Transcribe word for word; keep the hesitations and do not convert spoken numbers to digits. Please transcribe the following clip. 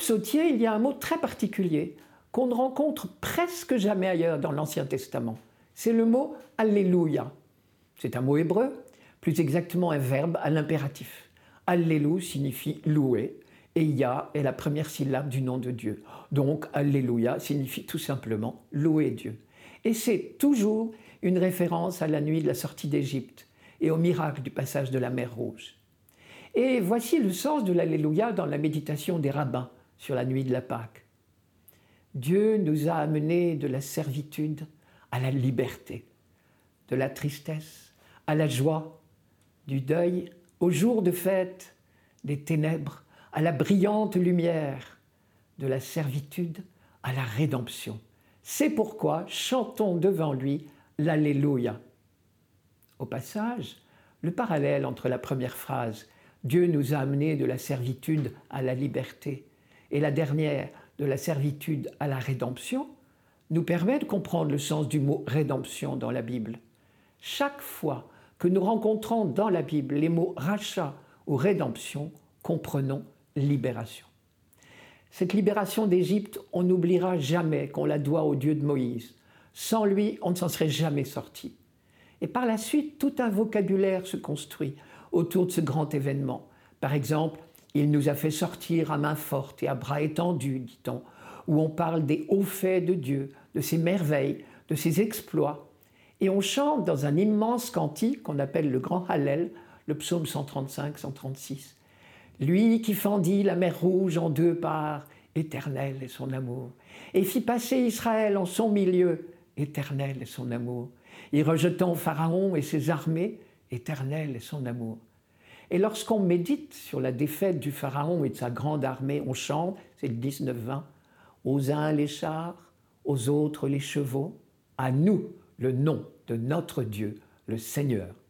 psautier, il y a un mot très particulier qu'on ne rencontre presque jamais ailleurs dans l'Ancien Testament. C'est le mot « Alléluia ». C'est un mot hébreu, plus exactement un verbe à l'impératif. « Allélou » signifie « louer » et « Yah » est la première syllabe du nom de Dieu. Donc « Alléluia » signifie tout simplement « louer Dieu ». Et c'est toujours une référence à la nuit de la sortie d'Égypte et au miracle du passage de la mer Rouge. Et voici le sens de l'Alléluia dans la méditation des rabbins sur la nuit de la Pâque. Dieu nous a amenés de la servitude à la liberté, de la tristesse à la joie, du deuil au jour de fête, des ténèbres à la brillante lumière, de la servitude à la rédemption. C'est pourquoi chantons devant lui l'Alléluia. Au passage, le parallèle entre la première phrase « Dieu nous a amenés de la servitude à la liberté » et la dernière « de la servitude à la rédemption » nous permet de comprendre le sens du mot « rédemption » dans la Bible. Chaque fois que nous rencontrons dans la Bible les mots « rachat » ou « rédemption », comprenons « libération ». Cette libération d'Égypte, on n'oubliera jamais qu'on la doit au Dieu de Moïse. Sans lui, on ne s'en serait jamais sorti. Et par la suite, tout un vocabulaire se construit autour de ce grand événement. Par exemple, il nous a fait sortir à main forte et à bras étendus, dit-on, où on parle des hauts faits de Dieu, de ses merveilles, de ses exploits. Et on chante dans un immense cantique qu'on appelle le Grand Hallel, le psaume cent trente-cinq cent trente-six. Lui qui fendit la mer Rouge en deux parts, éternel est son amour, et fit passer Israël en son milieu, éternel est son amour. Et rejetant Pharaon et ses armées, éternel est son amour. Et lorsqu'on médite sur la défaite du Pharaon et de sa grande armée, on chante, c'est le dix-neuf vingt, aux uns les chars, aux autres les chevaux, à nous le nom de notre Dieu, le Seigneur